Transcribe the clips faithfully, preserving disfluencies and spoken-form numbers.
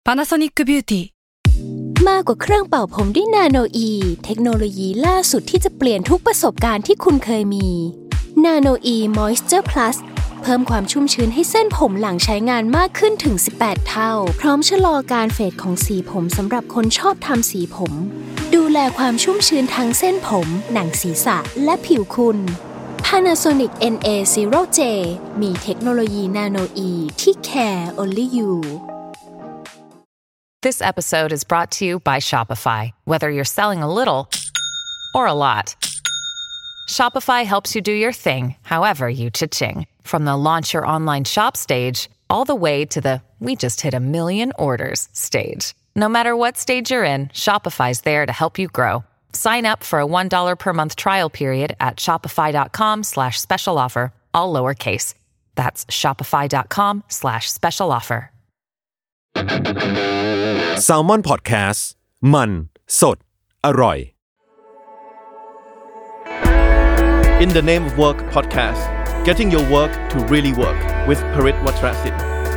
Panasonic Beauty มากกว่าเครื่องเป่าผมด้วยนาโนอีเทคโนโลยีล่าสุดที่จะเปลี่ยนทุกประสบการณ์ที่คุณเคยมีนาโนอีมอยส์เจอร์พลัสเพิ่มความชุ่มชื้นให้เส้นผมหลังใช้งานมากขึ้นถึงสิบแปดเท่าพร้อมชะลอการเฟดของสีผมสำหรับคนชอบทำสีผมดูแลความชุ่มชื้นทั้งเส้นผมหนังศีรษะและผิวคุณ Panasonic เอ็น เอ ศูนย์ เจ มีเทคโนโลยีนาโนอีที่ care only you This episode is brought to you by Shopify. Whether you're selling a little or a lot, Shopify helps you do your thing, however you cha-ching. From the launch your online shop stage, all the way to the we just hit a million orders stage. No matter what stage you're in, Shopify's there to help you grow. Sign up for a one dollar per month trial period at shopify.com slash special offer, all lowercase. That's shopify.com slash special offer. Salmon Podcast มันสดอร่อย In the Name of Work Podcast Getting your work to really work with Parit Watrasin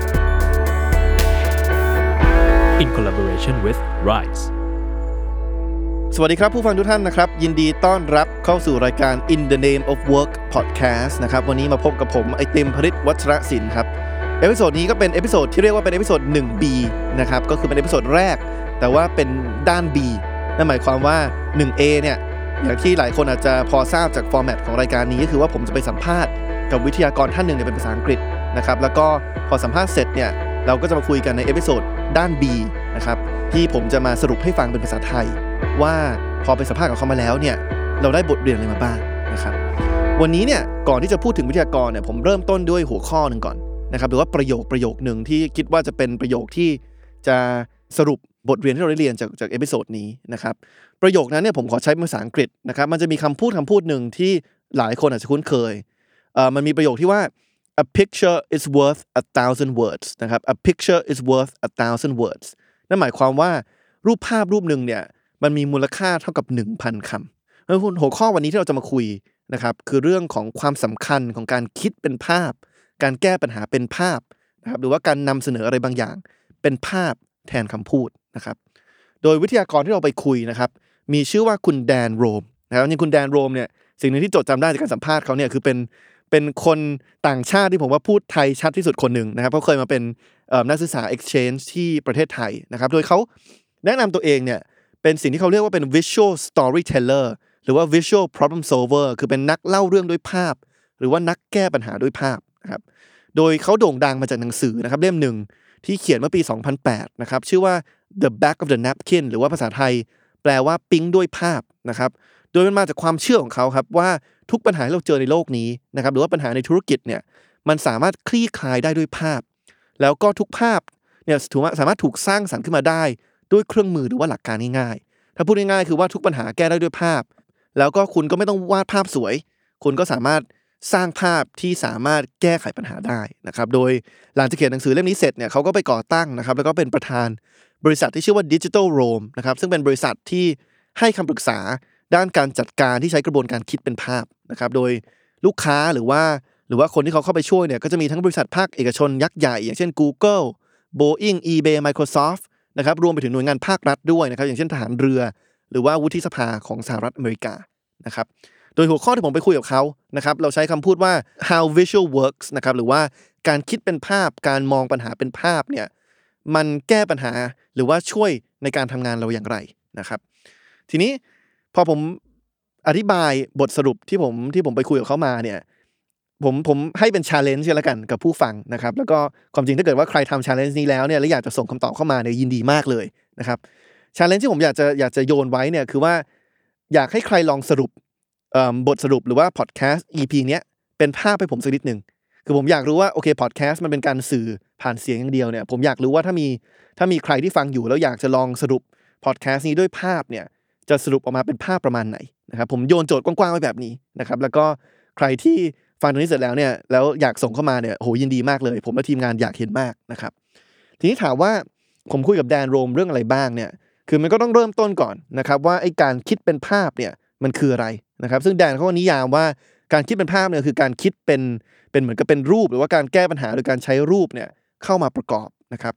In collaboration with Rise สวัสดีครับผู้ฟังทุกท่านนะครับยินดีต้อนรับเข้าสู่รายการ In the Name of Work Podcast นะครับวันนี้มาพบกับผมไอติม Parit Watrasin ครับเอพิโซดนี้ก็เป็นเอพิโซดที่เรียกว่าเป็นเอพิโซด หนึ่ง บี นะครับก็คือเป็นเอพิโซดแรกแต่ว่าเป็นด้าน B นั่นหมายความว่า หนึ่ง เอ เนี่ยอย่างที่หลายคนอาจจะพอทราบจากฟอร์แมตของรายการนี้ก็คือว่าผมจะไปสัมภาษณ์กับวิทยากรท่านหนึ่งเนี่ยเป็นภาษาอังกฤษนะครับแล้วก็พอสัมภาษณ์เสร็จเนี่ยเราก็จะมาคุยกันในเอพิโซดด้าน B นะครับที่ผมจะมาสรุปให้ฟังเป็นภาษาไทยว่าพอไปสัมภาษณ์กับเขามาแล้วเนี่ยเราได้บทเรียนอะไรมาบ้างนะครับวันนี้เนี่ยก่อนที่จะพูดถึงวิทยากรเนี่ยผมเริ่มต้นด้วยหัวข้อนึงก่อนนะครับหรือว่าประโยคประโยคนึงที่คิดว่าจะเป็นประโยคที่จะสรุปบทเรียนที่เราได้เรียนจากจากเอพิโซดนี้นะครับประโยคนั้นเนี่ยผมขอใช้ภาษาอังกฤษนะครับมันจะมีคำพูดคำพูดหนึ่งที่หลายคนอาจจะคุ้นเคยเอ่อมันมีประโยคที่ว่า a picture is worth a thousand words นะครับ a picture is worth a thousand words นั่นหมายความว่ารูปภาพรูปนึงเนี่ยมันมีมูลค่าเท่ากับ หนึ่งพัน คำแล้วหัวข้อวันนี้ที่เราจะมาคุยนะครับคือเรื่องของความสำคัญของการคิดเป็นภาพการแก้ปัญหาเป็นภาพนะครับหรือว่าการนำเสนออะไรบางอย่างเป็นภาพแทนคำพูดนะครับโดยวิทยากรที่เราไปคุยนะครับมีชื่อว่าคุณแดนโรมนะครับจริงคุณแดนโรมเนี่ยสิ่งนึงที่จดจำได้จากการสัมภาษณ์เขาเนี่ยคือเป็นเป็นคนต่างชาติที่ผมว่าพูดไทยชัดที่สุดคนหนึ่งนะครับเขาเคยมาเป็นนักศึกษา exchange ที่ประเทศไทยนะครับโดยเขาแนะนำตัวเองเนี่ยเป็นสิ่งที่เขาเรียกว่าเป็น visual storyteller หรือว่า visual problem solver คือเป็นนักเล่าเรื่องด้วยภาพหรือว่านักแก้ปัญหาด้วยภาพนะครับโดยเขาโด่งดังมาจากหนังสือนะครับเล่มหนึ่งที่เขียนเมื่อปีสองพันแปดนะครับชื่อว่า The Back of the Napkin หรือว่าภาษาไทยแปลว่าปิ๊งด้วยภาพนะครับโดยมันมาจากความเชื่อของเขาครับว่าทุกปัญหาที่เราเจอในโลกนี้นะครับหรือว่าปัญหาในธุรกิจเนี่ยมันสามารถคลี่คลายได้ด้วยภาพแล้วก็ทุกภาพเนี่ยถือว่าสามารถถูกสร้างสรรค์ขึ้นมาได้ด้วยเครื่องมือหรือว่าหลักการง่ายๆถ้าพูดง่ายๆคือว่าทุกปัญหาแก้ได้ด้วยภาพแล้วก็คุณก็ไม่ต้องวาดภาพสวยคุณก็สามารถสร้างภาพที่สามารถแก้ไขปัญหาได้นะครับโดยหลังจากเขียนหนังสือเล่มนี้เสร็จเนี่ยเขาก็ไปก่อตั้งนะครับแล้วก็เป็นประธานบริษัทที่ชื่อว่า Digital Rome นะครับซึ่งเป็นบริษัทที่ให้คำปรึกษาด้านการจัดการที่ใช้กระบวนการคิดเป็นภาพนะครับโดยลูกค้าหรือว่าหรือว่าคนที่เขาเข้าไปช่วยเนี่ยก็จะมีทั้งบริษัทภาคเอกชนยักษ์ใหญ่อย่างเช่น Google Boeing eBay Microsoft นะครับรวมไปถึงหน่วยงานภาครัฐด้วยนะครับอย่างเช่นทหารเรือหรือว่าวุฒิสภาของสหรัฐอเมริกานะครับโดยหัวข้อที่ผมไปคุยกับเขานะครับเราใช้คำพูดว่า how visual works นะครับหรือว่าการคิดเป็นภาพการมองปัญหาเป็นภาพเนี่ยมันแก้ปัญหาหรือว่าช่วยในการทำงานเราอย่างไรนะครับทีนี้พอผมอธิบายบทสรุปที่ผมที่ผมไปคุยกับเขามาเนี่ยผมผมให้เป็น challenge กันแล้วกันกับผู้ฟังนะครับแล้วก็ความจริงถ้าเกิดว่าใครทำ challenge นี้แล้วเนี่ยแล้วอยากจะส่งคำตอบเข้ามาเนี่ยยินดีมากเลยนะครับ challenge ที่ผมอยากจะอยากจะโยนไว้เนี่ยคือว่าอยากให้ใครลองสรุปบทสรุปหรือว่าพอดแคสต์ อี พี เนี้ยเป็นภาพให้ผมสักนิดนึงคือผมอยากรู้ว่าโอเคพอดแคสต์มันเป็นการสื่อผ่านเสียงอย่างเดียวเนี่ยผมอยากรู้ว่าถ้ามีถ้ามีใครที่ฟังอยู่แล้วอยากจะลองสรุปพอดแคสต์นี้ด้วยภาพเนี่ยจะสรุปออกมาเป็นภาพประมาณไหนนะครับผมโยนโจทย์กว้างๆไว้แบบนี้นะครับแล้วก็ใครที่ฟังตรงนี้เสร็จแล้วเนี่ยแล้วอยากส่งเข้ามาเนี่ยโหยินดีมากเลยผมและทีมงานอยากเห็นมากนะครับทีนี้ถามว่าผมคุยกับแดนโรมเรื่องอะไรบ้างเนี่ยคือมันก็ต้องเริ่มต้นก่อนนะครับว่าไอ้การคิดเป็นภาพเนี่ยมันคืออะไรนะครับซึ่งแดนเขาก็นิยามว่าการคิดเป็นภาพเนี่ยคือการคิดเป็นเป็นเหมือนกับเป็นรูปหรือว่าการแก้ปัญหาโดยการใช้รูปเนี่ยเข้ามาประกอบนะครับ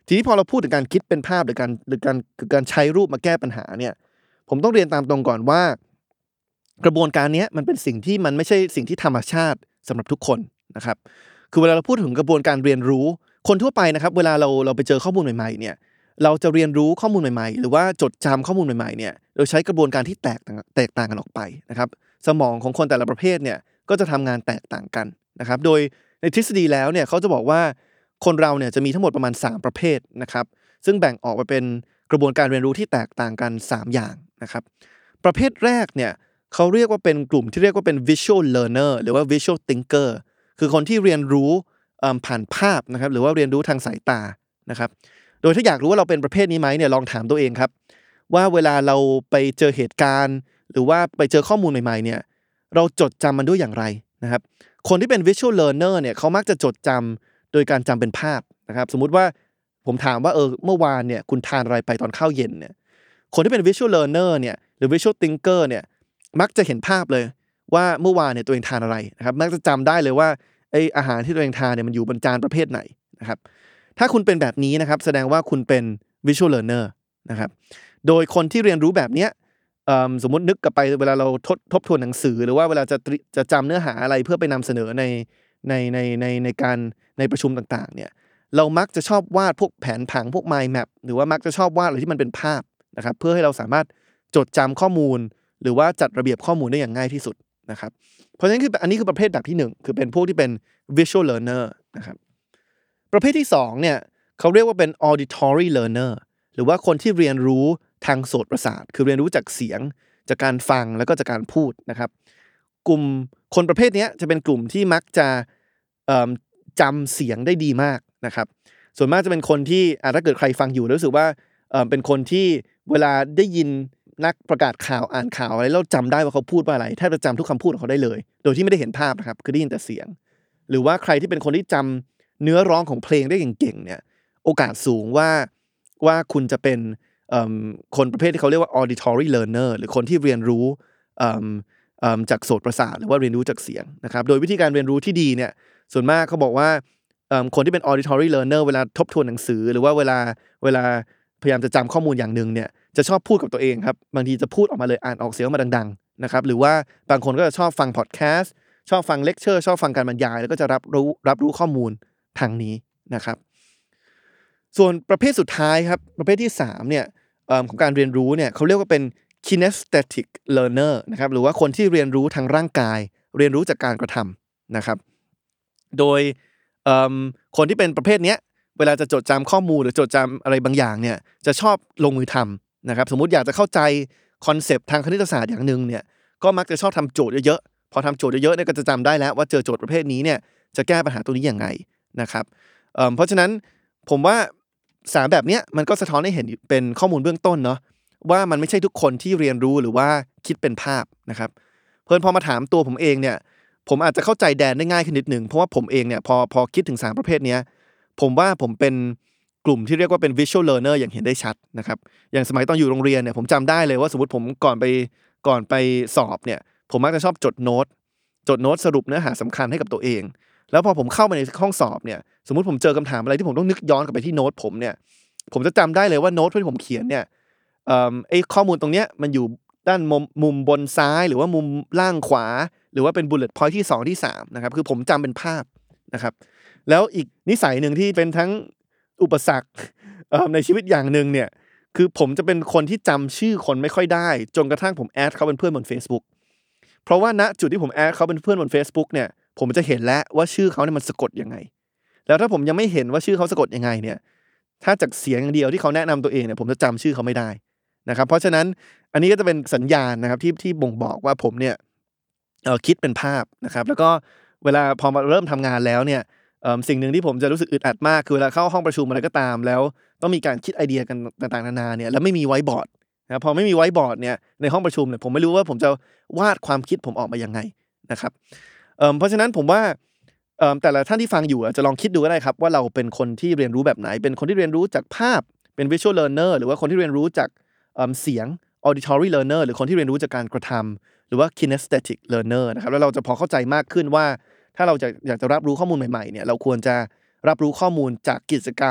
ทีนี้พอเราพูดถึงการคิดเป็นภาพหรือการหรือการคือการใช้รูปมาแก้ปัญหาเนี่ยผมต้องเรียนตามตรงก่อนว่ากระบวนการนี้มันเป็นสิ่งที่มันไม่ใช่สิ่งที่ธรรมชาติสำหรับทุกคนนะครับคือเวลาเราพูดถึงกระบวนการเรียนรู้คนทั่วไปนะครับเวลาเราเราไปเจอข้อมูลใหม่ๆเนี่ยเราจะเรียนรู้ข้อมูลใหม่ๆหรือว่าจดจำข้อมูลใหม่ๆเนี่ยโดยใช้กระบวนการที่แตกต่างแตกต่างกันออกไปนะครับสมองของคนแต่ละประเภทเนี่ยก็จะทำงานแตกต่างกันนะครับโดยในทฤษฎีแล้วเนี่ยเขาจะบอกว่าคนเราเนี่ยจะมีทั้งหมดประมาณสามประเภทนะครับซึ่งแบ่งออกมาเป็นกระบวนการเรียนรู้ที่แตกต่างกันสามอย่างนะครับประเภทแรกเนี่ยเขาเรียกว่าเป็นกลุ่มที่เรียกว่าเป็น visual learner หรือว่า visual thinker คือคนที่เรียนรู้ผ่านภาพนะครับหรือว่าเรียนรู้ทางสายตานะครับโดยถ้าอยากรู้ว่าเราเป็นประเภทนี้ไหมเนี่ยลองถามตัวเองครับว่าเวลาเราไปเจอเหตุการณ์หรือว่าไปเจอข้อมูลใหม่ๆเนี่ยเราจดจำมันด้วยอย่างไรนะครับคนที่เป็น visual learner เนี่ยเขามักจะจดจำโดยการจำเป็นภาพนะครับสมมุติว่าผมถามว่าเออเมื่อวานเนี่ยคุณทานอะไรไปตอนข้าวเย็นเนี่ยคนที่เป็น visual learner เนี่ยหรือ visual thinker เนี่ยมักจะเห็นภาพเลยว่าเมื่อวานเนี่ยตัวเองทานอะไรนะครับมักจะจำได้เลยว่าไออาหารที่ตัวเองทานเนี่ยมันอยู่บนจานประเภทไหนนะครับถ้าคุณเป็นแบบนี้นะครับแสดงว่าคุณเป็น visual learner นะครับโดยคนที่เรียนรู้แบบเนี้ยสมมตินึกกลับไปเวลาเราทบทบทวนหนังสือหรือว่าเวลาจะจะจำเนื้อหาอะไรเพื่อไปนำเสนอในในในในในการในประชุมต่างๆเนี่ยเรามักจะชอบวาดพวกแผนผังพวก mind map หรือว่ามักจะชอบวาดอะไรที่มันเป็นภาพนะครับเพื่อให้เราสามารถจดจำข้อมูลหรือว่าจัดระเบียบข้อมูลได้อย่างง่ายที่สุดนะครับเพราะฉะนั้นคืออันนี้คือประเภทแบบที่หนึ่งคือเป็นพวกที่เป็น visual learner นะครับประเภทที่สองเนี่ยเขาเรียกว่าเป็น auditory learner หรือว่าคนที่เรียนรู้ทางโสตประสาทคือเรียนรู้จากเสียงจากการฟังแล้วก็จากการพูดนะครับกลุ่มคนประเภทนี้จะเป็นกลุ่มที่มักจะจำเสียงได้ดีมากนะครับส่วนมากจะเป็นคนที่ถ้าเกิดใครฟังอยู่รู้สึกว่าเป็นคนที่เวลาได้ยินนักประกาศข่าวอ่านข่าวอะไรแล้วจำได้ว่าเขาพูดว่าอะไรแทบจะจำทุกคำพูดของเขาได้เลยโดยที่ไม่ได้เห็นภาพนะครับคือได้ยินแต่เสียงหรือว่าใครที่เป็นคนที่จำเนื้อร้องของเพลงได้เก่งๆเนี่ยโอกาสสูงว่าว่าคุณจะเป็นคนประเภทที่เขาเรียกว่า auditory learner หรือคนที่เรียนรู้จากโสตประสาทหรือว่าเรียนรู้จากเสียงนะครับโดยวิธีการเรียนรู้ที่ดีเนี่ยส่วนมากเขาบอกว่าคนที่เป็น auditory learner เวลาทบทวนหนังสือหรือว่าเวลาเวลาพยายามจะจำข้อมูลอย่างนึงเนี่ยจะชอบพูดกับตัวเองครับบางทีจะพูดออกมาเลยอ่านออกเสียงมาดังๆนะครับหรือว่าบางคนก็จะชอบฟังพอดแคสต์ชอบฟังเลคเชอร์ชอบฟังการบรรยายแล้วก็จะรับรู้รับรู้ข้อมูลทางนี้นะครับส่วนประเภทสุดท้ายครับประเภทที่สามเนี่ยของการเรียนรู้เนี่ยเขาเรียกว่าเป็น kinesthetic learner นะครับหรือว่าคนที่เรียนรู้ทางร่างกายเรียนรู้จากการกระทำนะครับโดยคนที่เป็นประเภทนี้เวลาจะจดจำข้อมูลหรือจดจำอะไรบางอย่างเนี่ยจะชอบลงมือทำนะครับสมมุติอยากจะเข้าใจคอนเซปต์ทางคณิตศาสตร์อย่างนึงเนี่ยก็มักจะชอบทำโจทย์เยอะๆพอทำโจทย์เยอะๆเนี่ยก็จะจำได้แล้วว่าเจอโจทย์ประเภทนี้เนี่ยจะแก้ปัญหาตัวนี้อย่างไงนะครับ เ, เพราะฉะนั้นผมว่าสามแบบเนี้ยมันก็สะท้อนให้เห็นเป็นข้อมูลเบื้องต้นเนาะว่ามันไม่ใช่ทุกคนที่เรียนรู้หรือว่าคิดเป็นภาพนะครับเพิ่นพอมาถามตัวผมเองเนี่ยผมอาจจะเข้าใจแดนได้ง่ายขึ้นนิดนึงเพราะว่าผมเองเนี่ยพอพอคิดถึงสามประเภทเนี้ยผมว่าผมเป็นกลุ่มที่เรียกว่าเป็น visual learner อย่างเห็นได้ชัดนะครับอย่างสมัยตอนอยู่โรงเรียนเนี่ยผมจำได้เลยว่าสมมติผมก่อนไปก่อนไปสอบเนี่ยผมมักจะชอบจดโน้ตจดโน้ตสรุปเนื้อหาสำคัญให้กับตัวเองแล้วพอผมเข้ามาในห้องสอบเนี่ยสมมุติผมเจอคำถามอะไรที่ผมต้องนึกย้อนกลับไปที่โน้ตผมเนี่ยผมจะจำได้เลยว่าโน้ตที่ผมเขียนเนี่ยเอ่อไอ้ข้อมูลตรงเนี้ยมันอยู่ด้านมุมมุมบนซ้ายหรือว่ามุมล่างขวาหรือว่าเป็น bullet point ที่สองที่สามนะครับคือผมจำเป็นภาพนะครับแล้วอีกนิสัยนึงที่เป็นทั้งอุปสรรคในชีวิตอย่างนึงเนี่ยคือผมจะเป็นคนที่จำชื่อคนไม่ค่อยได้จนกระทั่งผมแอดเขาเป็นเพื่อนบน Facebook เพราะว่าณจุดที่ผมแอดเขาเป็นเพื่อนบน Facebook เนี่ยผมจะเห็นแล้วว่าชื่อเขาเนี่ยมันสะกดยังไงแล้วถ้าผมยังไม่เห็นว่าชื่อเขาสะกดยังไงเนี่ยถ้าจากเสียงอย่างเดียวที่เขาแนะนำตัวเองเนี่ยผมจะจำชื่อเขาไม่ได้นะครับเพราะฉะนั้นอันนี้ก็จะเป็นสัญญาณนะครับที่ที่บ่งบอกว่าผมเนี่ยเอ่อคิดเป็นภาพนะครับแล้วก็เวลาพอมาเริ่มทำงานแล้วเนี่ยเอ่อสิ่งนึงที่ผมจะรู้สึกอึดอัดมากคือเวลาเข้าห้องประชุมอะไรก็ตามแล้วต้องมีการคิดไอเดียกันต่างๆนานาเนี่ยแล้วไม่มีไวท์บอร์ดนะพอไม่มีไวท์บอร์ดเนี่ยในห้องประชุมเนี่ยผมไม่รู้ว่าผมจะวาดความคิดผมออกมายังไงนะครับเอ่อเพราะฉะนั้นผมว่าเอ่อแต่ละท่านที่ฟังอยู่จะลองคิดดูก็ได้ครับว่าเราเป็นคนที่เรียนรู้แบบไหนเป็นคนที่เรียนรู้จากภาพเป็น visual learner หรือว่าคนที่เรียนรู้จากเอ่อเสียง auditory learner หรือคนที่เรียนรู้จากการกระทำหรือว่า kinesthetic learner นะครับแล้วเราจะพอเข้าใจมากขึ้นว่าถ้าเราจะอยากจะรับรู้ข้อมูลใหม่ๆเนี่ยเราควรจะรับรู้ข้อมูลจากกิจกรรม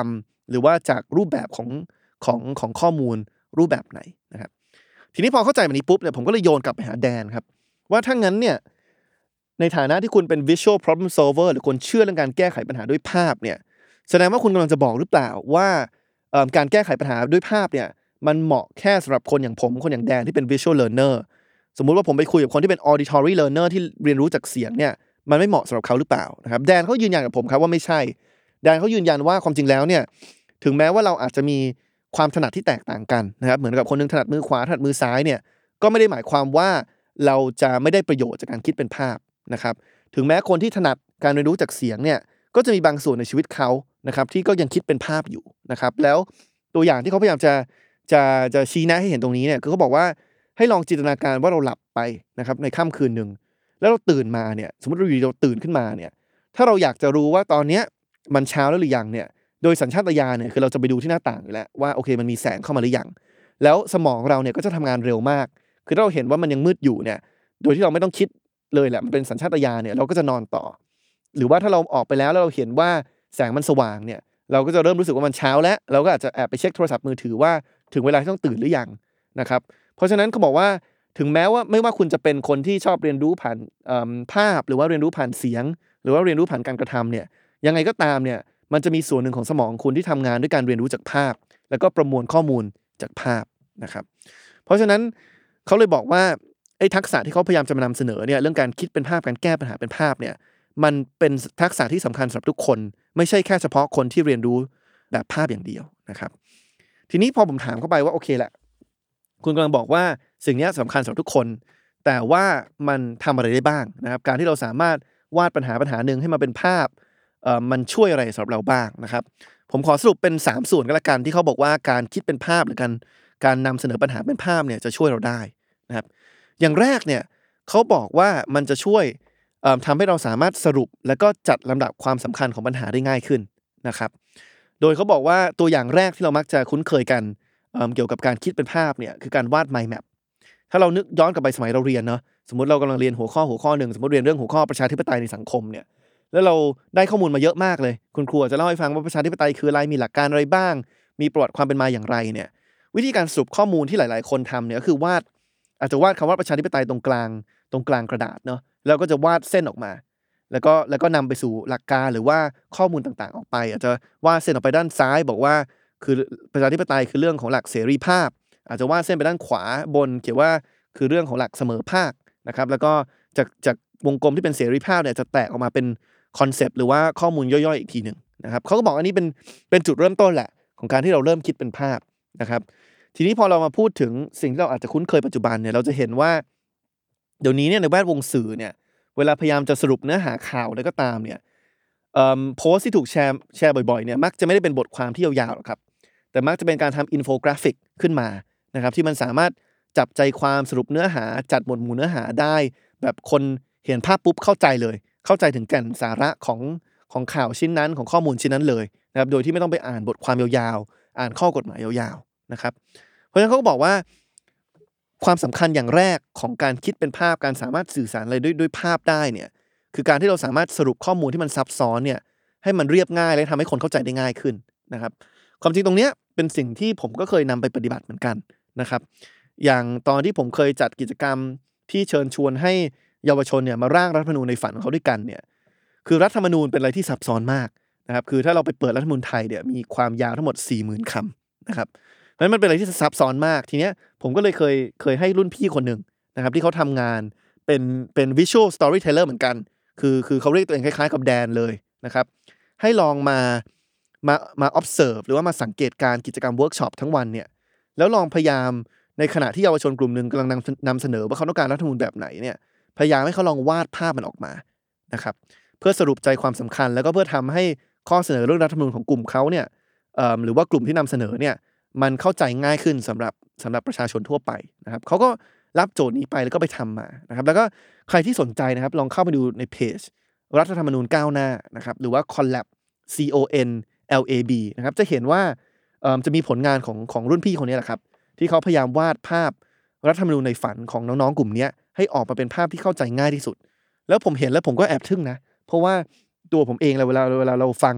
หรือว่าจากรูปแบบของของของข้อมูลรูปแบบไหนนะครับทีนี้พอเข้าใจแบบนี้ปุ๊บเนี่ยผมก็เลยโยนกลับไปหาแดนครับว่าถ้างั้นเนี่ยในฐานะที่คุณเป็น visual problem solver หรือคนเชื่อเรื่องการแก้ไขปัญหาด้วยภาพเนี่ยแสดงว่าคุณกำลังจะบอกหรือเปล่าว่าการแก้ไขปัญหาด้วยภาพเนี่ยมันเหมาะแค่สำหรับคนอย่างผมคนอย่างแดนที่เป็น visual learner สมมุติว่าผมไปคุยกับคนที่เป็น auditory learner ที่เรียนรู้จากเสียงเนี่ยมันไม่เหมาะสำหรับเขาหรือเปล่านะครับแดนเขายืนยันกับผมครับว่าไม่ใช่แดนเขายืนยันว่าความจริงแล้วเนี่ยถึงแม้ว่าเราอาจจะมีความถนัดที่แตกต่างกันนะครับเหมือนกับคนนึงถนัดมือขวาถนัดมือซ้ายเนี่ยก็ไม่ได้หมายความว่าเราจะไม่ได้ประโยชน์จากการคิดเป็นภาพนะครับถึงแม้คนที่ถนัดการเรียนรู้จากเสียงเนี่ยก็จะมีบางส่วนในชีวิตเขานะครับที่ก็ยังคิดเป็นภาพอยู่นะครับแล้วตัวอย่างที่เขาพยายามจะจะจะชี้แนะให้เห็นตรงนี้เนี่ยคือเขาบอกว่าให้ลองจินตนาการว่าเราหลับไปนะครับในค่ำคืนนึงแล้วเราตื่นมาเนี่ยสมมติเราอยู่เราตื่นขึ้นมาเนี่ยถ้าเราอยากจะรู้ว่าตอนเนี้ยมันเช้าแล้วหรือยังเนี่ยโดยสัญชาตญาณเนี่ยคือเราจะไปดูที่หน้าต่างอยู่แล้วว่าโอเคมันมีแสงเข้ามาหรือยังแล้วสมองเราเนี่ยก็จะทำงานเร็วมากคือถ้าเราเห็นว่ามันยังมืดอยู่เนี่ยโดยที่เราไม่ต้องคิดเลยแหละมันเป็นสัญชาตญาณเนี่ยเราก็จะนอนต่อหรือว่าถ้าเราออกไปแล้วแล้วเราเห็นว่าแสงมันสว่างเนี่ยเราก็จะเริ่มรู้สึกว่ามันเช้าแล้วเราก็อาจจะแอบไปเช็คโทรศัพท์มือถือว่าถึงเวลาที่ต้องตื่นหรือยังนะครับเพราะฉะนั้นเขาบอกว่าถึงแม้ว่าไม่ว่าคุณจะเป็นคนที่ชอบเรียนรู้ผ่านภาพหรือว่าเรียนรู้ผ่านเสียงหรือว่าเรียนรู้ผ่านการกระทำเนี่ยยังไงก็ตามเนี่ยมันจะมีส่วนหนึ่งของสมองคุณที่ทำงานด้วยการเรียนรู้จากภาพแล้วก็ประมวลข้อมูลจากภาพนะครับเพราะฉะนั้นเขาเลยบอกว่าไอ้ทักษะที่เขาพยายามจะมานำเสนอเนี่ยเรื่องการคิดเป็นภาพการแก้ปัญหาเป็นภาพเนี่ยมันเป็นทักษะที่สำคัญสำหรับทุกคนไม่ใช่แค่เฉพาะคนที่เรียนรู้แบบภาพอย่างเดียวนะครับทีนี้พอผมถามเข้าไปว่าโอเคแหละคุณกำลังบอกว่าสิ่งนี้สำคัญสำหรับทุกคนแต่ว่ามันทำอะไรได้บ้างนะครับการที่เราสามารถวาดปัญหาปัญหาหนึ่งให้มาเป็นภาพเอ่อมันช่วยอะไรสำหรับเราบ้างนะครับผมขอสรุปเป็นสามส่วนก็แล้วกันที่เขาบอกว่าการคิดเป็นภาพหรือการการนำเสนอปัญหาเป็นภาพเนี่ยจะช่วยเราได้นะครับอย่างแรกเนี่ยเขาบอกว่ามันจะช่วยเอ่อทำให้เราสามารถสรุปแล้วก็จัดลำดับความสำคัญของปัญหาได้ง่ายขึ้นนะครับโดยเขาบอกว่าตัวอย่างแรกที่เรามักจะคุ้นเคยกันเอ่อเกี่ยวกับการคิดเป็นภาพเนี่ยคือการวาด mind map ถ้าเรานึกย้อนกลับไปสมัยเราเรียนเนาะสมมุติเรากำลังเรียนหัวข้อหัวข้อหนึ่งสมมุติเรียนเรื่องหัวข้อประชาธิปไตยในสังคมเนี่ยแล้วเราได้ข้อมูลมาเยอะมากเลยคุณครูจะเล่าให้ฟังว่าประชาธิปไตยคืออะไรมีหลักการอะไรบ้างมีประวัติความเป็นมาอย่างไรเนี่ยวิธีการสรุปข้อมูลที่หลายๆคนทำเนี่ยก็คือวาดอาจจะวาดคำว่าประชาธิปไตยตรงกลางตรงกลางกระดาษเนาะแล้วก็จะวาดเส้นออกมาแล้วก็แล้วก็นำไปสู่หลักการหรือว่าข้อมูลต่างๆออกไปอาจจะวาดเส้นออกไปด้านซ้ายบอกว่าคือประชาธิปไตยคือเรื่องของหลักเสรีภาพอาจจะวาดเส้นไปด้านขวาบนเขียนว่าคือเรื่องของหลักเสมอภาคนะครับแล้วก็จากจากวงกลมที่เป็นเสรีภาพเนี่ยจะแตกออกมาเป็นคอนเซปต์หรือว่าข้อมูลย่อยๆอีกทีหนึ่งนะครับเขาก็บอกอันนี้เป็นเป็นจุดเริ่มต้นแหละของการที่เราเริ่มคิดเป็นภาพนะครับทีนี้พอเรามาพูดถึงสิ่งที่เราอาจจะคุ้นเคยปัจจุบันเนี่ยเราจะเห็นว่าเดี๋ยวนี้เนี่ยในแวดวงสื่อเนี่ยเวลาพยายามจะสรุปเนื้อหาข่าวอะไรก็ตามเนี่ยโพสต์ที่ถูกแชร์แชร์บ่อยๆเนี่ยมักจะไม่ได้เป็นบทความที่ยาวๆหรอกครับแต่มักจะเป็นการทำอินโฟกราฟิกขึ้นมานะครับที่มันสามารถจับใจความสรุปเนื้อหาจัดหมวดหมู่เนื้อหาได้แบบคนเห็นภาพปุ๊บเข้าใจเลยเข้าใจถึงแก่นสาระของของข่าวชิ้นนั้นของข้อมูลชิ้นนั้นเลยนะครับโดยที่ไม่ต้องไปอ่านบทความยาวๆอ่านข้อกฎหมายยาวๆนะครับเพราะฉะนั้นเขาก็บอกว่าความสำคัญอย่างแรกของการคิดเป็นภาพการสามารถสื่อสารอะไรด้วยด้วยภาพได้เนี่ยคือการที่เราสามารถสรุปข้อมูลที่มันซับซ้อนเนี่ยให้มันเรียบง่ายและทำให้คนเข้าใจได้ง่ายขึ้นนะครับความจริงตรงนี้เป็นสิ่งที่ผมก็เคยนำไปปฏิบัติเหมือนกันนะครับอย่างตอนที่ผมเคยจัดกิจกรรมที่เชิญชวนให้เยาวชนเนี่ยมาร่างรัฐธรรมนูญในฝันของเขาด้วยกันเนี่ยคือรัฐธรรมนูญเป็นอะไรที่ซับซ้อนมากนะครับคือถ้าเราไปเปิดรัฐธรรมนูญไทยเนี่ยมีความยาวทั้งหมด สี่หมื่น คำนะครับเพราะฉะนั้นมันเป็นอะไรที่ซับซ้อนมากทีเนี้ยผมก็เลยเคยเคยให้รุ่นพี่คนนึงนะครับที่เขาทำงานเป็นเป็น visual storyteller เหมือนกันคือคือเขาเรียกตัวเองคล้ายๆกับแดนเลยนะครับให้ลองมามามา observe หรือว่ามาสังเกตการกิจกรรมเวิร์กช็อปทั้งวันเนี่ยแล้วลองพยายามในขณะที่เยาวชนกลุ่มนึงกำลังนำนำเสนอว่าเขาต้องการรัฐธรรมนูญแบบไหนเนี่ยพยายามให้เขาลองวาดภาพมันออกมานะครับเพื่อสรุปใจความสำคัญแล้วก็เพื่อทำให้ข้อเสนอเรื่องรัฐธรรมนูญของกลุ่มเขาเนี่ยหรือว่ากลุ่มที่นำเสนอเนี่ยมันเข้าใจง่ายขึ้นสำหรับสำหรับประชาชนทั่วไปนะครับเขาก็รับโจทย์นี้ไปแล้วก็ไปทำมานะครับแล้วก็ใครที่สนใจนะครับลองเข้าไปดูในเพจรัฐธรรมนูญก้าวหน้านะครับหรือว่า Collab C O N L A B นะครับจะเห็นว่าจะมีผลงานของของรุ่นพี่คนนี้แหละครับที่เขาพยายามวาดภาพรัฐธรรมนูญในฝันของน้องๆกลุ่มนี้ให้ออกมาเป็นภาพที่เข้าใจง่ายที่สุดแล้วผมเห็นแล้วผมก็แอบทึ่งนะเพราะว่าตัวผมเองเวลาเวลาเราฟัง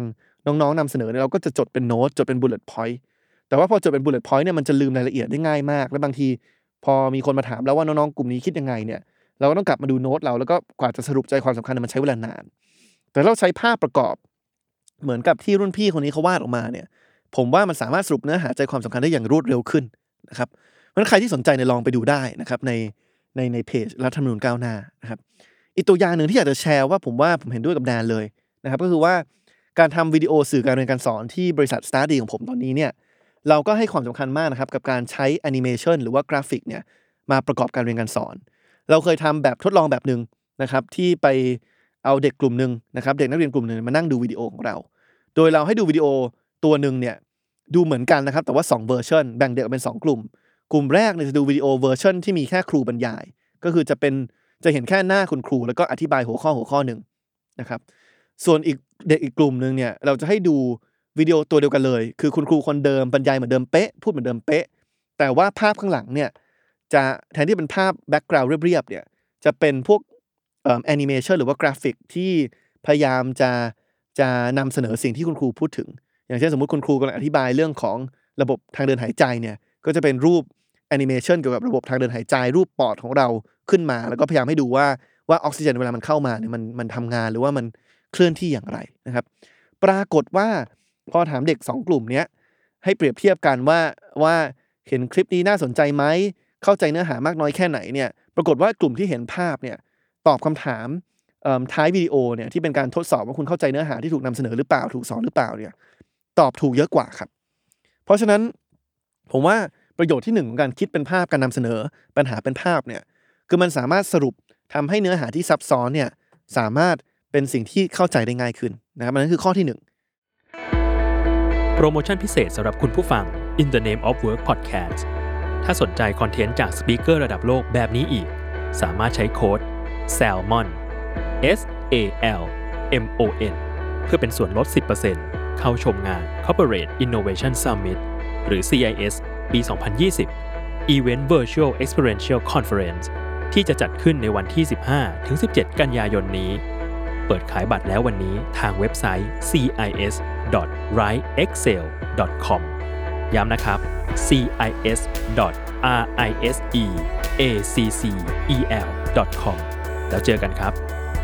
น้องๆนำเสนอเนี่ยเราก็จะจดเป็นโน้ตจดเป็น bullet point แต่ว่าพอจดเป็น bullet point เนี่ยมันจะลืมรายละเอียดได้ง่ายมากและบางทีพอมีคนมาถามแล้วว่าน้องๆกลุ่มนี้คิดยังไงเนี่ยเราก็ต้องกลับมาดูโน้ตเราแล้วก็กว่าจะสรุปใจความสำคัญมันใช้เวลานานแต่เราใช้ภาพประกอบเหมือนกับที่รุ่นพี่คนนี้เขาวาดออกมาเนี่ยผมว่ามันสามารถสรุปเนื้อหาใจความสำคัญได้อย่างรวดเร็วขึ้นนะครับเพราะฉะนั้นใครที่สนใจเนี่ยลองไปดูได้นะครับในในในเพจรัฐธรรมนูญก้าวหน้านะครับอีกตัวอย่างหนึ่งที่อยากจะแชร์ว่าผมว่าผมเห็นด้วยกับแดนเลยนะครับก็คือว่าการทำวิดีโอสื่อการเรียนการสอนที่บริษัท Study ของผมตอนนี้เนี่ยเราก็ให้ความสำคัญมากนะครับกับการใช้แอนิเมชันหรือว่ากราฟิกเนี่ยมาประกอบการเรียนการสอนเราเคยทำแบบทดลองแบบนึงนะครับที่ไปเอาเด็กกลุ่มนึงนะครับเด็กนักเรียนกลุ่มนึงมานั่งดูวิดีโอของเราโดยเราให้ดูวิดีโอตัวนึงเนี่ยดูเหมือนกันนะครับแต่ว่าสองเวอร์ชันแบ่งเด็กออกเป็นสองกลุ่มกลุ่มแรกเนี่ยจะดูวิดีโอเวอร์ชันที่มีแค่ครูบรรยายก็คือจะเป็นจะเห็นแค่หน้าคุณครูแล้วก็อธิบายหัวข้อหัวข้อนึงนะครับส่วนอีกเด็กอีกกลุ่มนึงเนี่ยเราจะให้ดูวิดีโอตัวเดียวกันเลยคือคุณครูคนเดิมบรรยายเหมือนเดิมเป๊ะพูดเหมือนเดิมเป๊ะแต่ว่าภาพข้างหลังเนี่ยจะแทนที่เป็นภาพแบ็คกราวด์เรียบๆเนี่ยจะเป็นพวกเอ่อแอนิเมชันหรือว่ากราฟิกที่พยายามจะจะนำเสนอสิ่งที่คุณครูพูดถึงอย่างเช่นสมมุติคุณครูกำลังอธิบายเรื่องของระบบทางเดินหายใจเนี่ยก็จะเป็นรูปแอนิเมชันเกี่ยวกับระบบทางเดินหายใจรูปปอดของเราขึ้นมาแล้วก็พยายามให้ดูว่าว่าออกซิเจนเวลามันเข้ามาเนี่ยมันมันทำงานหรือว่ามันเคลื่อนที่อย่างไรนะครับปรากฏว่าพอถามเด็กสองกลุ่มเนี้ยให้เปรียบเทียบกันว่าว่าเห็นคลิปนี้น่าสนใจไหมเข้าใจเนื้อหามากน้อยแค่ไหนเนี่ยปรากฏว่ากลุ่มที่เห็นภาพเนี่ยตอบคำถามท้ายวิดีโอเนี่ยที่เป็นการทดสอบว่าคุณเข้าใจเนื้อหาที่ถูกนำเสนอหรือเปล่าถูกสอนหรือเปล่าเนี่ยตอบถูกเยอะกว่าครับเพราะฉะนั้นผมว่าประโยชน์ที่หนึ่งของการคิดเป็นภาพการนำเสนอปัญหาเป็นภาพเนี่ยคือมันสามารถสรุปทำให้เนื้อหาที่ซับซ้อนเนี่ยสามารถเป็นสิ่งที่เข้าใจได้ง่ายขึ้นนะครับนั่นคือข้อที่หนึ่งโปรโมชั่นพิเศษสำหรับคุณผู้ฟัง In the Name of Work Podcast ถ้าสนใจคอนเทนต์จากสปีกเกอร์ระดับโลกแบบนี้อีกสามารถใช้โค้ด แซลมอน S A L M O N เพื่อเป็นส่วนลด สิบเปอร์เซ็นต์ เข้าชมงาน Corporate Innovation Summit หรือ ซี ไอ เอส ปี สองพันยี่สิบ Event Virtual Experiential Conference ที่จะจัดขึ้นในวันที่ สิบห้าถึงสิบเจ็ด กันยายนนี้เปิดขายบัตรแล้ววันนี้ทางเว็บไซต์ ซี ไอ เอส ดอท ไรท์ เอ็กเซล ดอท คอม ย้ำนะครับ ซี ไอ เอส ดอท ไรท์ เอ็กเซล ดอท คอม แล้วเจอกันครับ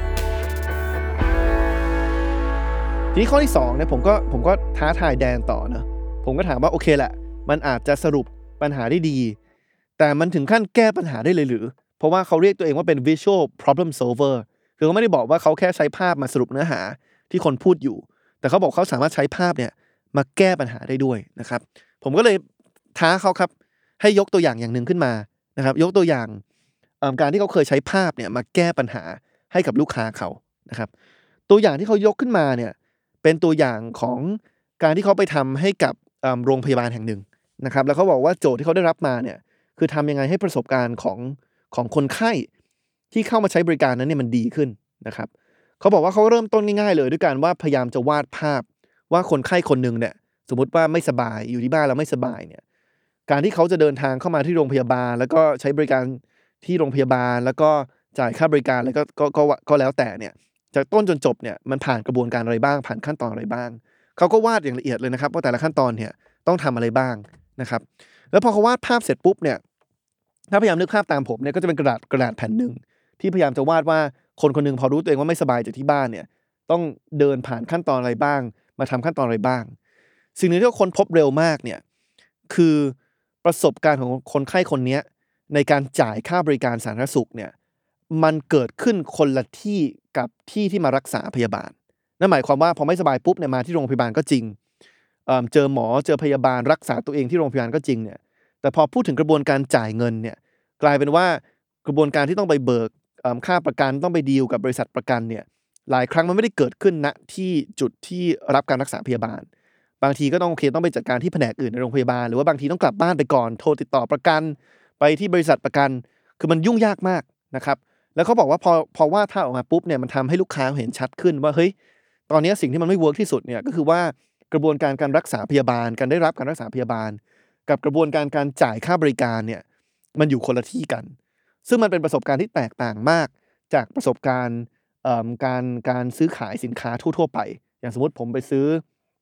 ทีนี้ข้อที่สองเนี่ยผมก็ผมก็ท้าทายแดนต่อนะผมก็ถามว่าโอเคแหละมันอาจจะสรุปปัญหาได้ดีแต่มันถึงขั้นแก้ปัญหาได้เลยหรือเพราะว่าเขาเรียกตัวเองว่าเป็น visual problem solver คือเขาไม่ได้บอกว่าเขาแค่ใช้ภาพมาสรุปเนื้อหาที่คนพูดอยู่แต่เขาบอกเขาสามารถใช้ภาพเนี่ยมาแก้ปัญหาได้ด้วยนะครับผมก็เลยท้าเขาครับให้ยกตัวอย่างอย่างนึงขึ้นมานะครับยกตัวอย่างการที่เขาเคยใช้ภาพเนี่ยมาแก้ปัญหาให้กับลูกค้าเขานะครับตัวอย่างที่เขายกขึ้นมาเนี่ยเป็นตัวอย่างของการที่เขาไปทำให้กับโรงพยาบาลแห่งหนึ่งนะครับแล้วเขาบอกว่าโจทย์ที่เขาได้รับมาเนี่ยคือทำยังไงให้ประสบการณ์ของของคนไข้ที่เข้ามาใช้บริการนั้นเนี่ยมันดีขึ้นนะครับเขาบอกว่าเขาเริ่มต้นง่ายๆเลยด้วยการว่าพยายามจะวาดภาพว่าคนไข้คนนึงเนี่ยสมมุติว่าไม่สบายอยู่ที่บ้านแล้วไม่สบายเนี่ยการที่เขาจะเดินทางเข้ามาที่โรงพยาบาลแล้วก็ใช้บริการที่โรงพยาบาลแล้วก็จ่ายค่าบริการแล้วก็ก็ก็ก็แล้วแต่เนี่ยจากต้นจนจบเนี่ยมันผ่านกระบวนการอะไรบ้างผ่านขั้นตอนอะไรบ้างเขาก็วาดอย่างละเอียดเลยนะครับว่าแต่ละขั้นตอนเนี่ยต้องทำอะไรบ้างนะครับแล้วพอเขาวาดภาพเสร็จปุ๊บเนี่ยถ้าพยายามนึกภาพตามผมเนี่ยก็จะเป็นกระดาษกระดาษแผ่นหนึ่งที่พยายามจะวาดว่าคนคนนึงพอรู้ตัวเองว่าไม่สบายจากที่บ้านเนี่ยต้องเดินผ่านขั้นตอนอะไรบ้างมาทำขั้นตอนอะไรบ้างสิ่งนึงที่คนพบเร็วมากเนี่ยคือประสบการณ์ของคนไข้คนนี้ในการจ่ายค่าบริการสาธารณสุขเนี่ยมันเกิดขึ้นคนละที่กับที่ที่มารักษาพยาบาลนั่นหมายความว่าพอไม่สบายปุ๊บเนี่ยมาที่โรงพยาบาลก็จริง เอ่อ เจอหมอเจอพยาบาลรักษาตัวเองที่โรงพยาบาลก็จริงเนี่ยแต่พอพูดถึงกระบวนการจ่ายเงินเนี่ยกลายเป็นว่ากระบวนการที่ต้องไปเบิกค่าประกันต้องไปดีลกับบริษัทประกันเนี่ยหลายครั้งมันไม่ได้เกิดขึ้นณที่จุดที่รับการรักษาพยาบาลบางทีก็ต้องโอเคต้องไปจัดการที่แผนกอื่นในโรงพยาบาลหรือว่าบางทีต้องกลับบ้านไปก่อนโทรติดต่อประกันไปที่บริษัทประกันคือมันยุ่งยากมากนะครับแล้วเขาบอกว่าพอพอวาดภาพออกมาปุ๊บเนี่ยมันทำให้ลูกค้าเห็นชัดขึ้นว่าเฮ้ยตอนนี้สิ่งที่มันไม่เวิร์กที่สุดเนี่ยก็คือว่ากระบวนการการรักษาพยาบาลการได้รับการรักษาพยาบาลกับกระบวนการการจ่ายค่าบริการเนี่ยมันอยู่คนละที่กันซึ่งมันเป็นประสบการณ์ที่แตกต่างมากจากประสบการณ์การการซื้อขายสินค้าทั่วๆไปอย่างสมมติผมไปซื้อ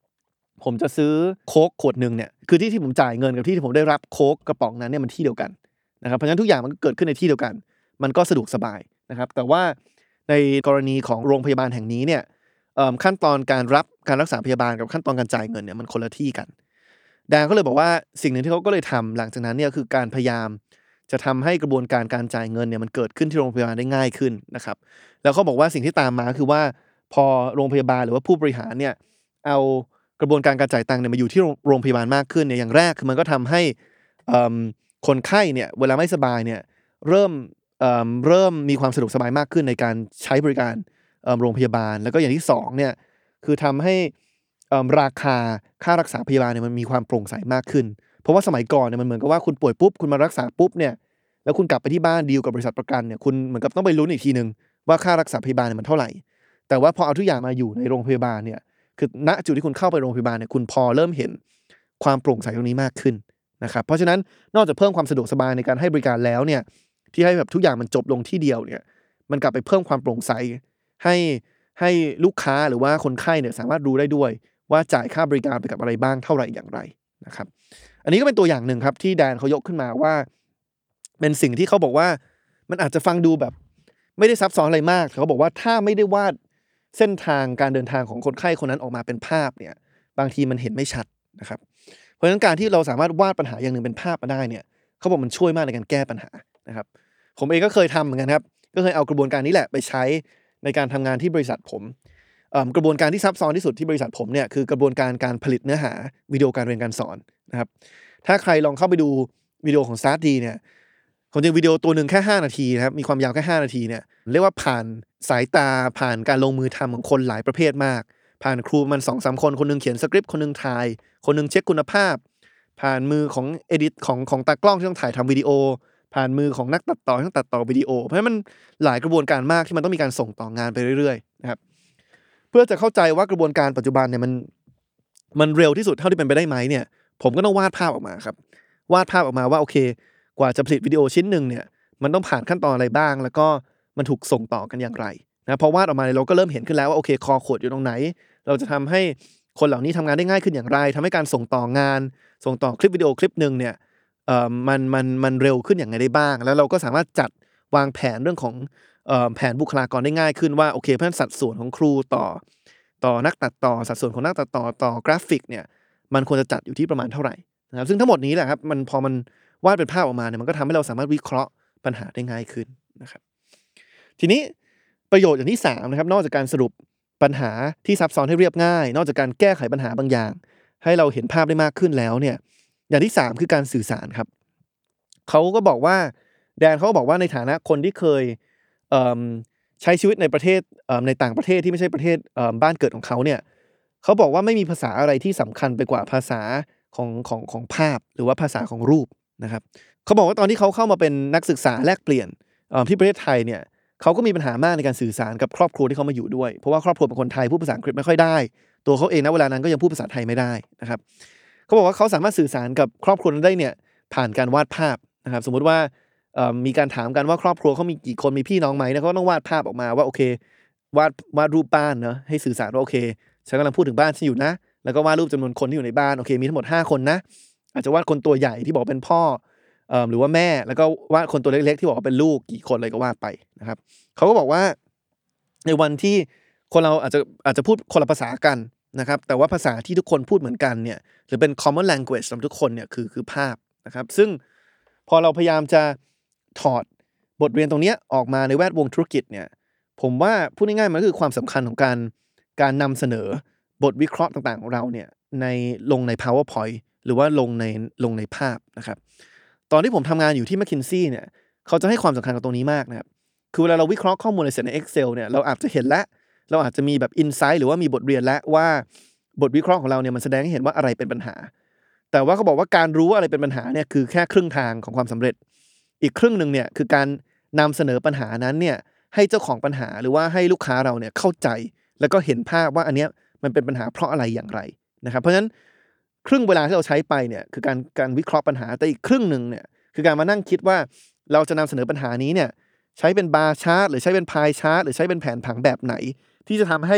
ผมจะซื้อโค้กขวดนึงเนี่ยคือที่ที่ผมจ่ายเงินกับที่ที่ผมได้รับโค้กกระป๋องนั้นเนี่ยมันที่เดียวกันนะครับเพราะฉะนั้นทุกอย่างมันก็เกิดขึ้นในที่เดียวกันมันก็สะดวกสบายนะครับแต่ว่าในกรณีของโรงพยาบาลแห่งนี้เนี่ยขั้นตอนการรับการรักษาพยาบาลกับขั้นตอนการจ่ายเงินเนี่ยมันคนละที่กันแดนก็เลยบอกว่าสิ่งหนึ่งที่เขาก็เลยทำหลังจากนั้นเนี่ยคือการพยายามจะทำให้กระบวนการการจ่ายเงินเนี่ยมันเกิดขึ้นที่โรงพยาบาลได้ง่ายขึ้นนะครับแล้วเขาบอกว่าสิ่งที่ตามมาคือว่าพอโรงพยาบาลหรือว่าผู้บริหารเนี่ยเอากระบวนการการจ่ายตังค์เนี่ยมาอยู่ที่โรงพยาบาลมากขึ้นเนี่ยอย่างแรกคือมันก็ทำให้คนไข้เนี่ยเวลาไม่สบายเนี่ยเริ่มเอ่อเริ่มมีความสะดวกสบายมากขึ้นในการใช้บริการโรงพยาบาลแล้วก็อย่างที่สองเนี่ยคือทำให้ราคาค่ารักษาพยาบาลเนี่ยมันมีความโปร่งใสมากขึ้นเพราะว่าสมัยก่อนเนี่ยมันเหมือนกับว่าคุณป่วยปุ๊บคุณมารักษาปุ๊บเนี่ยแล้วคุณกลับไปที่บ้านดีลกับบริษัทประกันเนี่ยคุณเหมือนกับต้องไปลุ้นอีกทีนึงว่าค่ารักษาพยาบาลเนี่ยมันเท่าไหร่แต่ว่าพอเอาทุกอย่างมาอยู่ในโรงพยาบาลเนี่ยคือณจุดที่คุณเข้าไปโรงพยาบาลเนี่ยคุณพอเริ่มเห็นความโปร่งใสตรงนี้มากขึ้นนะครับเพราะฉะนั้นนอกจากเพิ่มความสะดวกสบายในการให้บริการแล้วเนี่ยที่ให้แบบทุกอย่างมันจบลงที่เดียวเนี่ยมันกลับไปเพิ่มความโปร่งใสให้ให้ลูกค้าหรือว่าคนไข้เนี่ยสามารถรู้ได้ด้วยว่าจ่ายค่าบริการไปกับอะไรบ้างเท่าไหร่อย่างไรนะครับอันนี้ก็เป็นตัวอย่างหนึ่งครับที่แดนเขายกขึ้นมาว่าเป็นสิ่งที่เขาบอกว่ามันอาจจะฟังดูแบบไม่ได้ซับซ้อนอะไรมากเขาบอกว่าถ้าไม่ได้วาดเส้นทางการเดินทางของคนไข้คนนั้นออกมาเป็นภาพเนี่ยบางทีมันเห็นไม่ชัดนะครับเพราะฉะนั้นการที่เราสามารถวาดปัญหาอย่างหนึ่งเป็นภาพมาได้เนี่ยเขาบอกมันช่วยมากในการแก้ปัญหานะครับผมเองก็เคยทำเหมือนกันครับก็เคยเอากระบวนการนี้แหละไปใช้ในการทำงานที่บริษัทผมกระบวนการที่ซับซ้อนที่สุดที่บริษัทผมเนี่ยคือกระบวนการการผลิตเนื้อหาวิดีโอการเรียนการสอนนะครับถ้าใครลองเข้าไปดูวิดีโอของ Start ดีเนี่ยของจริงวิดีโอตัวหนึ่งแค่ห้านาทีนะครับมีความยาวแค่ห้านาทีเนี่ยเรียกว่าผ่านสายตาผ่านการลงมือทำของคนหลายประเภทมากผ่านครูมัน สองสาม คนคนนึงเขียนสคริปต์คนนึงถ่ายคนนึงเช็คคุณภาพผ่านมือของเอดิตของของตากล้องที่ต้องถ่ายทำวิดีโอผ่านมือของนักตัดต่อที่ต้องตัดต่อวิดีโอเพราะฉะนั้นมันหลายกระบวนการมากที่มันต้องมีการส่งต่องานไปเรื่อยๆนะครับเพื่อจะเข้าใจว่ากระบวนการปัจจุบันเนี่ยมันมันเร็วที่สุดเท่าที่เป็นไปได้ไหมเนี่ยผมก็ต้องวาดภาพออกมาครับวาดภาพออกมาว่าโอเคกว่าจะผลิตวิดีโอชิ้นนึงเนี่ยมันต้องผ่านขั้นตอนอะไรบ้างแล้วก็มันถูกส่งต่อกันอย่างไรนะพอวาดออกมาเราก็เริ่มเห็นขึ้นแล้วว่าโอเคคอขวดอยู่ตรงไหนเราจะทำให้คนเหล่านี้ทำงานได้ง่ายขึ้นอย่างไรทำให้การส่งต่องานส่งต่อคลิปวิดีโอคลิปนึงเนี่ยเอ่อมันมันมันเร็วขึ้นอย่างไรได้บ้างแล้วเราก็สามารถจัดวางแผนเรื่องของเอ่อแผนบุคลากรได้ง่ายขึ้นว่าโอเคเพราะฉะนั้นสัดส่วนของครูต่อต่อนักตัดต่อสัดส่วนของนักตัดต่อต่อกราฟิกเนี่ยมันควรจะจัดอยู่ที่ประมาณเท่าไหร่นะครับซึ่งทั้งหมดนี้แหละครับมันพอมันวาดเป็นภาพออกมาเนี่ยมันก็ทำให้เราสามารถวิเคราะห์ปัญหาได้ง่ายขึ้นนะครับทีนี้ประโยชน์อย่างที่สามนะครับนอกจากการสรุปปัญหาที่ซับซ้อนให้เรียบง่ายนอกจากการแก้ไขปัญหาบางอย่างให้เราเห็นภาพได้มากขึ้นแล้วเนี่ยอย่างที่สามคือการสื่อสารครับเขาก็บอกว่าแดนเขาก็บอกว่าในฐานะคนที่เคยเอ่อใช้ชีวิตในประเทศเอ่อในต่างประเทศที่ไม่ใช่ประเทศเอ่อบ้านเกิดของเขาเนี่ยเขาบอกว่าไม่มีภาษาอะไรที่สำคัญไปกว่าภาษาของของของภาพหรือว่าภาษาของรูปนะครับเขาบอกว่าตอนที่เขาเข้ามาเป็นนักศึกษาแลกเปลี่ยนที่ประเทศไทยเนี่ยเขาก็มีปัญหามากในการสื่อสารกับครอบครัวที่เขามาอยู่ด้วยเพราะว่าครอบครัวเป็นคนไทยพูดภาษาอังกฤษไม่ค่อยได้ตัวเขาเองณเวลานั้นก็ยังพูดภาษาไทยไม่ได้นะครับเขาบอกว่าเขาสามารถสื่อสารกับครอบครัวนั้นได้เนี่ยผ่านการวาดภาพนะครับสมมุติว่ามีการถามกันว่าครอบครัวเขามีกี่คนมีพี่น้องไหมนะเขาต้องวาดภาพออกมาว่าโอเควาดวาดรูปบ้านเนาะให้สื่อสารว่าโอเคฉันกำลังพูดถึงบ้านฉันอยู่นะแล้วก็วาดรูปจำนวนคนที่อยู่ในบ้านโอเคมีทั้งหมดห้าคนนะอาจจะวาดคนตัวใหญ่ที่บอกเป็นพ่อเอ่อหรือว่าแม่แล้วก็วาดคนตัวเล็กๆที่บอกว่าเป็นลูกกี่คนอะไรก็วาดไปนะครับเขาก็บอกว่าในวันที่คนเราอาจจะอาจจะพูดคนละภาษากันนะครับแต่ว่าภาษาที่ทุกคนพูดเหมือนกันเนี่ยหรือเป็น common language สำหรับทุกคนเนี่ยคือคือภาพนะครับซึ่งพอเราพยายามจะถอดบทเรียนตรงนี้ออกมาในแวดวงธุรกิจเนี่ยผมว่าพูดง่ายๆมันคือความสำคัญของการการนำเสนอบทวิเคราะห์ต่างๆของเราเนี่ยในลงใน PowerPoint หรือว่าลงในลงในภาพนะครับตอนที่ผมทำงานอยู่ที่ McKinsey เนี่ยเขาจะให้ความสำคัญกับตรงนี้มากนะครับคือเวลาเราวิเคราะห์ข้อมูลในเสร็จใน Excel เนี่ยเราอาจจะเห็นแล้วเราอาจจะมีแบบ insight หรือว่ามีบทเรียนแล้วว่าบทวิเคราะห์ของเราเนี่ยมันแสดงให้เห็นว่าอะไรเป็นปัญหาแต่ว่าเขาบอกว่าการรู้ว่าอะไรเป็นปัญหาเนี่ยคือแค่ครึ่งทางของความสำเร็จอีกครึ่งนึงเนี่ยคือการนำเสนอปัญหานั้นเนี่ยให้เจ้าของปัญหาหรือว่าให้ลูกค้าเราเนี่ยเข้าใจแล้วก็เห็นภาพว่าอันเนี้ยมันเป็นปัญหาเพราะอะไรอย่างไรนะครับเพราะฉะนั้นครึ่งเวลาที่เราใช้ไปเนี่ยคือการการวิเคราะห์ปัญหาแต่อีกครึ่งนึงเนี่ยคือการมานั่งคิดว่าเราจะนำเสนอปัญหานี้เนี่ยใช้เป็นบาร์ชาร์ตหรือใช้เป็นพายชาร์ตหรือใช้เป็นแผนผังแบบไหนที่จะทำให้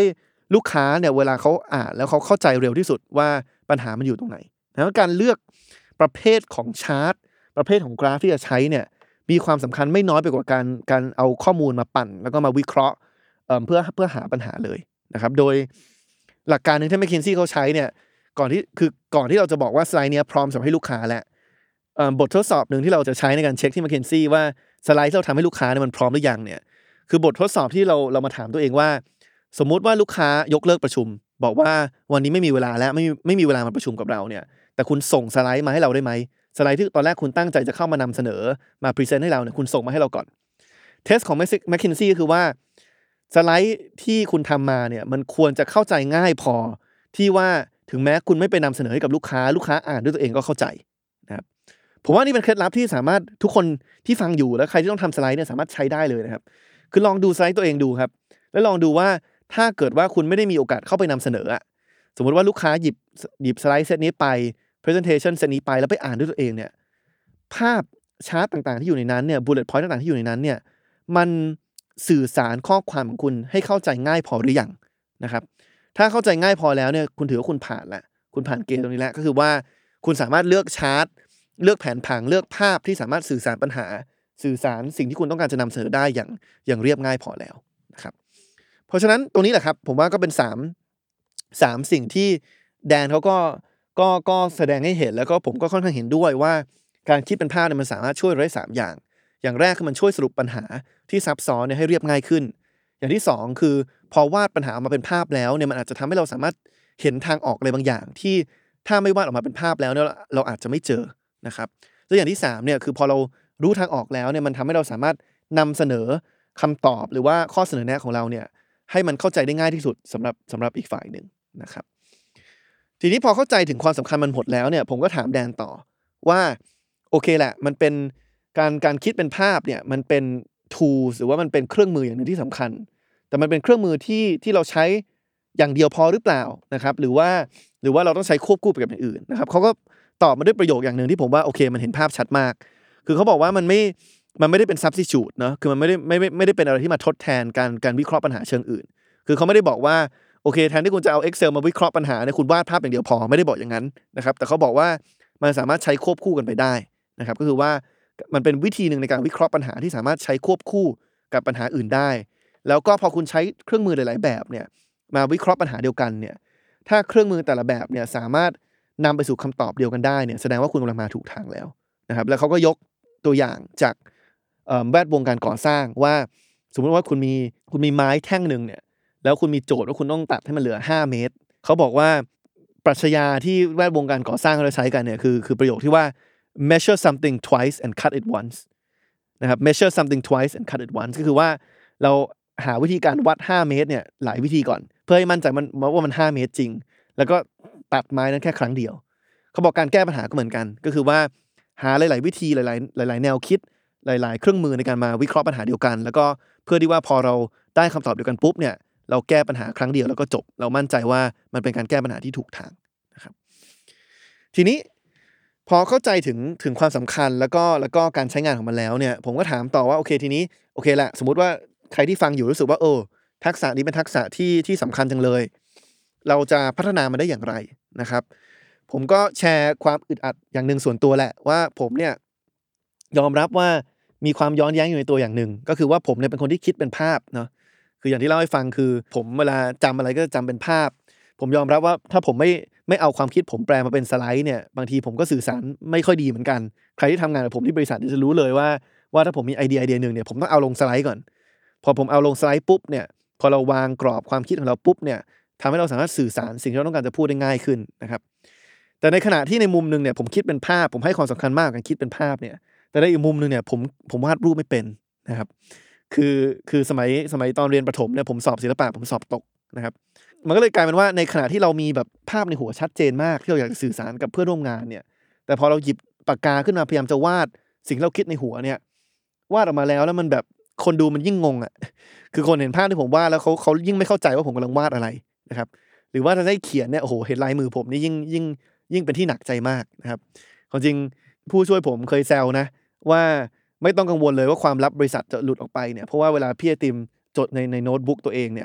ลูกค้าเนี่ยเวลาเขาอ่านแล้วเขาเข้าใจเร็วที่สุดว่าปัญหามันอยู่ตรงไหนนะการเลือกประเภทของชาร์ตประเภทของกราฟที่จะใช้เนี่ยมีความสำคัญไม่น้อยไปกว่าการการเอาข้อมูลมาปั่นแล้วก็มาวิเคราะห์เอ่อเพื่อเพื่อหาปัญหาเลยนะครับโดยหลักการนึงที่ McKinsey เขาใช้เนี่ยก่อนที่คือก่อนที่เราจะบอกว่าสไลด์เนี้ยพร้อมสำหรับให้ลูกค้าแล้วเอ่อบททดสอบนึงที่เราจะใช้ในการเช็คที่ McKinsey ว่าสไลด์ที่เราทำให้ลูกค้าเนี่ยมันพร้อมหรือยังเนี่ยคือบททดสอบที่เราเรามาถามตัวเองว่าสมมุติว่าลูกค้ายกเลิกประชุมบอกว่าวันนี้ไม่มีเวลาแล้วไม่มีไม่มีเวลามาประชุมกับเราเนี่ยแต่คุณส่งสไลด์มาให้เราได้ไหมสไลด์ที่ตอนแรกคุณตั้งใจจะเข้ามานำเสนอมาพรีเซนต์ให้เราเนี่ยคุณส่งมาให้เราก่อนเทสของ McKinsey ก็คือว่าสไลด์ที่คุณทำมาเนี่ยมันควรจะเข้าใจง่ายพอที่ว่าถึงแม้คุณไม่ไปนำเสนอให้กับลูกค้าลูกค้าอ่านด้วยตัวเองก็เข้าใจนะครับผมว่านี่เป็นเคล็ดลับที่สามารถทุกคนที่ฟังอยู่และใครที่ต้องทำสไลด์เนี่ยสามารถใช้ได้เลยนะครับคือลองดูสไลด์ตัวเองดูครับแล้วลองดูว่าถ้าเกิดว่าคุณไม่ได้มีโอกาสเข้าไปนำเสนออะสมมติว่าลูกค้าหยิบหยิบสไลด์เซตนี้ไป presentation เซตนี้ไปแล้วไปอ่านด้วยตัวเองเนี่ยภาพชาร์ตต่างๆที่อยู่ในนั้นเนี่ย bullet point ต่างๆที่อยู่ในนั้นเนี่ยมันสื่อสารข้อความของคุณให้เข้าใจง่ายพอหรือยังนะครับถ้าเข้าใจง่ายพอแล้วเนี่ยคุณถือว่าคุณผ่านแล้วคุณผ่านเกณฑ์ตรงนี้แล้วก็คือว่าคุณสามารถเลือกชาร์ตเลือกแผนผังเลือกภาพที่สามารถสื่อสารปัญหาสื่อสารสิ่งที่คุณต้องการจะนำเสนอได้อย่างอย่างเรียบง่ายพอแล้วนะครับเพราะฉะนั้นตรงนี้แหละครับผมว่าก็เป็นสาม สามสิ่งที่แดนเขาก็ก็ก็แสดงให้เห็นแล้วก็ผมก็ค่อนข้างเห็นด้วยว่าการคิดเป็นภาพเนี่ยมันสามารถช่วยได้สามอย่างอย่างแรกคือมันช่วยสรุปปัญหาที่ซับซ้อนเนี่ยให้เรียบง่ายขึ้นอย่างที่สองคือพอวาดปัญหาออกมาเป็นภาพแล้วเนี่ยมันอาจจะทำให้เราสามารถเห็นทางออกอะไรบางอย่างที่ถ้าไม่วาดออกมาเป็นภาพแล้วเนี่ยเราอาจจะไม่เจอนะครับแล้วอย่างที่สามเนี่ยคือพอเรารู้ทางออกแล้วเนี่ยมันทำให้เราสามารถนำเสนอคำตอบหรือว่าข้อเสนอแนะของเราเนี่ยให้มันเข้าใจได้ง่ายที่สุดสำหรับสำหรับอีกฝ่ายหนึ่งนะครับทีนี้พอเข้าใจถึงความสำคัญมันหมดแล้วเนี่ยผมก็ถามแดนต่อว่าโอเคแหละมันเป็นการการคิดเป็นภาพเนี่ยมันเป็น tools หรือว่ามันเป็นเครื่องมืออย่างนึงที่สำคัญแต่มันเป็นเครื่องมือที่ที่เราใช้อย่างเดียวพอหรือเปล่านะครับหรือว่าหรือว่าเราต้องใช้ควบคู่ไปกับอย่างอื่นนะครับเขาก็ตอบมาด้วยประโยคอย่างนึงที่ผมว่าโอเคมันเห็นภาพชัดมากคือเขาบอกว่ามันไม่มันไม่ได้เป็น substitute เนาะคือมันไม่ได้ไม่ไม่ไม่ได้เป็นอะไรที่มาทดแทนการการวิเคราะห์ปัญหาเชิงอื่นคือเขาไม่ได้บอกว่าโอเคแทนที่คุณจะเอา Excel มาวิเคราะห์ปัญหาเนี่ยคุณวาดภาพอย่างเดียวพอไม่ได้บอกอย่างนั้นนะครับแต่เขาบอกว่ามันสามารถใช้ควบคู่กันไปได้นะครับก็คือว่ามันเป็นวิธีนึงในการวิเคราะห์ปัญหาที่สามารถใช้ควบคู่กับปัญหาอื่นได้แล้วก็พอคุณใช้เครื่องมือหลายๆแบบเนี่ยมาวิเคราะห์ปัญหาเดียวกันเนี่ยถ้าเครื่องมือแต่ละแบบเนี่ยสามารถนำไปสู่คำตอบเดียวกันได้เนี่ยแสดงว่าคุณกำลังมาถูกทางแล้วนะครับแล้วเขาก็ยกตัวอย่างจากแวดวงการก่อสร้างว่าสมมติว่าคุณมีคุณมีไม้แท่งนึงเนี่ยแล้วคุณมีโจทย์ว่าคุณต้องตัดให้มันเหลือห้าเมตรเขาบอกว่าปรัชญาที่แวดวงการก่อสร้างเราใช้กันเนี่ยคือคือประโยคที่ว่า measure something twice and cut it once นะครับ measure something twice and cut it once ก็คือว่าเราหาวิธีการวัดห้าเมตรเนี่ยหลายวิธีก่อนเพื่อให้มั่นใจมันว่ามันห้าเมตรจริงแล้วก็ตัดไม้นั้นแค่ครั้งเดียวเขาบอกการแก้ปัญหาก็เหมือนกันก็คือว่าหาหลายๆวิธีหลายๆหลายๆแนวคิดหลายๆเครื่องมือในการมาวิเคราะห์ปัญหาเดียวกันแล้วก็เพื่อที่ว่าพอเราได้คำตอบเดียวกันปุ๊บเนี่ยเราแก้ปัญหาครั้งเดียวแล้วก็จบเรามั่นใจว่ามันเป็นการแก้ปัญหาที่ถูกทางนะครับทีนี้พอเข้าใจถึงถึงความสำคัญแล้วก็แล้วก็การใช้งานของมันแล้วเนี่ยผมก็ถามต่อว่าโอเคทีนี้โอเคแหละสมมุติว่าใครที่ฟังอยู่รู้สึกว่าเออทักษะนี้เป็นทักษะที่ที่สำคัญจังเลยเราจะพัฒนามันได้อย่างไรนะครับผมก็แชร์ความอึดอัดอย่างนึงส่วนตัวแหละว่าผมเนี่ยยอมรับว่ามีความย้อนแย้งอยู่ในตัวอย่างนึงก็คือว่าผมเนี่ยเป็นคนที่คิดเป็นภาพเนาะคืออย่างที่เล่าให้ฟังคือผมเวลาจำอะไรก็จำเป็นภาพผมยอมรับว่าถ้าผมไม่ไม่เอาความคิดผมแปลมาเป็นสไลด์เนี่ยบางทีผมก็สื่อสารไม่ค่อยดีเหมือนกันใครที่ทำงานกับผมที่บริษัทจะรู้เลยว่าว่าถ้าผมมีไอเดียไอเดียนึงเนี่ยผมต้องเอาลงสไลด์ก่อนพอผมเอาลงสไลด์ปุ๊บเนี่ยพอเราวางกรอบความคิดของเราปุ๊บเนี่ยทำให้เราสามารถสื่อสารสิ่งที่เราต้องการจะพูดได้ง่ายขึ้นนะครับแต่ในขณะที่ในมุมนึงเนี่ยผมคิดเป็นภาพผมให้ความสำคัญมากกับการคิดเป็นภาพเนี่ยแต่ในอีกมุมนึงเนี่ยผมผมวาดรูปไม่เป็นนะครับคือคือสมัยสมัยตอนเรียนประถมเนี่ยผมสอบศิลปะผมสอบตกนะครับมันก็เลยกลายเป็นว่าในขณะที่เรามีแบบภาพในหัวชัดเจนมากที่เราอยากจะสื่อสารกับเพื่อนร่วมงานเนี่ยแต่พอเราหยิบปากกาขึ้นมาพยายามจะวาดสิ่งที่เราคิดในหัวเนี่ยวาดออกมาแล้วแล้วมันแบบคนดูมันยิ่งงงอ่ะคือคนเห็นภาพที่ผมวาดแล้วเขาเขายิ่งไม่เข้าใจว่าผมกำลังวาดอะไรนะครับหรือว่าถ้าได้เขียนเนี่ยโอ้โหเห็นลายมือผมนี่ยิ่งยิ่งยิ่งเป็นที่หนักใจมากนะครับความจริงผู้ช่วยผมเคยแซวนะว่าไม่ต้องกังวลเลยว่าความลับบริษัทจะหลุดออกไปเนี่ยเพราะว่าเวลาพี่ไอติมจดในในโน้ตบุ๊กตัวเองเนี่ย